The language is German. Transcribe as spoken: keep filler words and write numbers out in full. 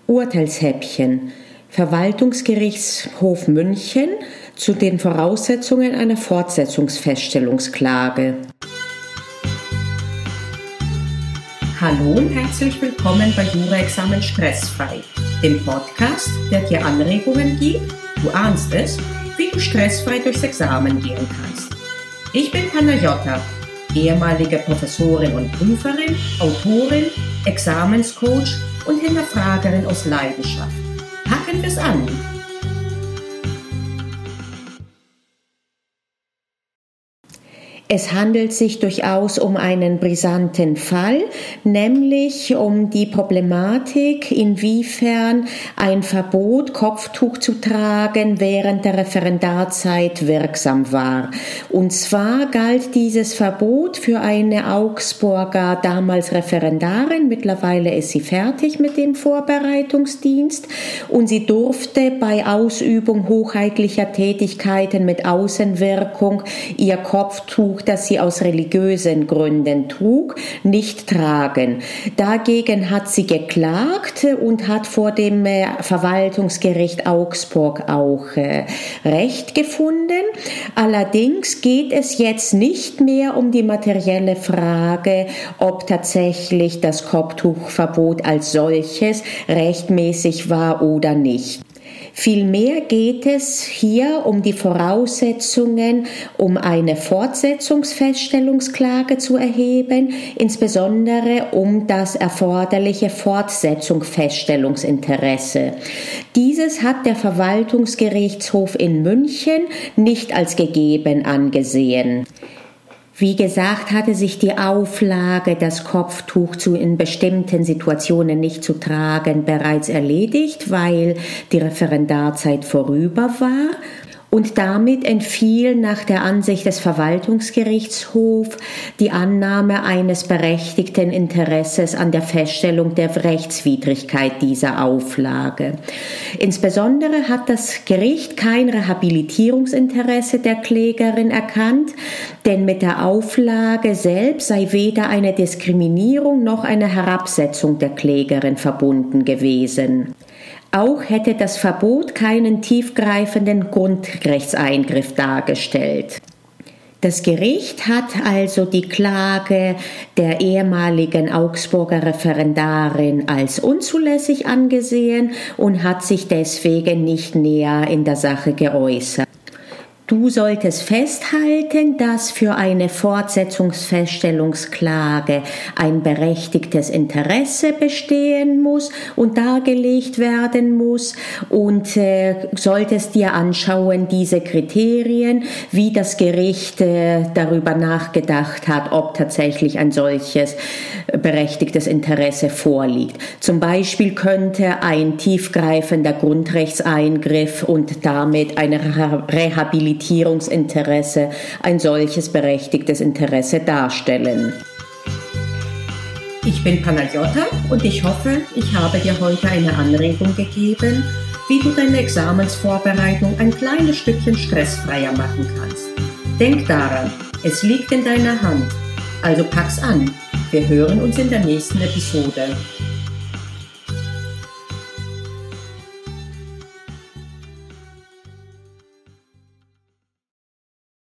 Urteilshäppchen. Verwaltungsgerichtshof München zu den Voraussetzungen einer Fortsetzungsfeststellungsklage. Hallo und herzlich willkommen bei Jura-Examen Stressfrei, dem Podcast, der dir Anregungen gibt, du ahnst es, wie du stressfrei durchs Examen gehen kannst. Ich bin Panayota, ehemalige Professorin und Prüferin, Autorin, Examenscoach und Hinterfragerin aus Leidenschaft. Packen wir's an! Es handelt sich durchaus um einen brisanten Fall, nämlich um die Problematik, inwiefern ein Verbot, Kopftuch zu tragen, während der Referendarzeit wirksam war. Und zwar galt dieses Verbot für eine Augsburger, damals Referendarin, mittlerweile ist sie fertig mit dem Vorbereitungsdienst, und sie durfte bei Ausübung hoheitlicher Tätigkeiten mit Außenwirkung ihr Kopftuch, das sie aus religiösen Gründen trug, nicht tragen. Dagegen hat sie geklagt und hat vor dem Verwaltungsgericht Augsburg auch Recht gefunden. Allerdings geht es jetzt nicht mehr um die materielle Frage, ob tatsächlich das Kopftuchverbot als solches rechtmäßig war oder nicht. Vielmehr geht es hier um die Voraussetzungen, um eine Fortsetzungsfeststellungsklage zu erheben, insbesondere um das erforderliche Fortsetzungsfeststellungsinteresse. Dieses hat der Verwaltungsgerichtshof in München nicht als gegeben angesehen. Wie gesagt, hatte sich die Auflage, das Kopftuch zu in bestimmten Situationen nicht zu tragen, bereits erledigt, weil die Referendarzeit vorüber war. Und damit entfiel nach der Ansicht des Verwaltungsgerichtshofs die Annahme eines berechtigten Interesses an der Feststellung der Rechtswidrigkeit dieser Auflage. Insbesondere hat das Gericht kein Rehabilitierungsinteresse der Klägerin erkannt, denn mit der Auflage selbst sei weder eine Diskriminierung noch eine Herabsetzung der Klägerin verbunden gewesen. Auch hätte das Verbot keinen tiefgreifenden Grundrechtseingriff dargestellt. Das Gericht hat also die Klage der ehemaligen Augsburger Referendarin als unzulässig angesehen und hat sich deswegen nicht näher in der Sache geäußert. Du solltest festhalten, dass für eine Fortsetzungsfeststellungsklage ein berechtigtes Interesse bestehen muss und dargelegt werden muss, und äh, solltest dir anschauen, diese Kriterien, wie das Gericht äh, darüber nachgedacht hat, ob tatsächlich ein solches berechtigtes Interesse vorliegt. Zum Beispiel könnte ein tiefgreifender Grundrechtseingriff und damit eine Rehabilitierung Rehabilitierungsinteresse ein solches berechtigtes Interesse darstellen. Ich bin Panayota und ich hoffe, ich habe dir heute eine Anregung gegeben, wie du deine Examensvorbereitung ein kleines Stückchen stressfreier machen kannst. Denk daran, es liegt in deiner Hand, also pack's an. Wir hören uns in der nächsten Episode.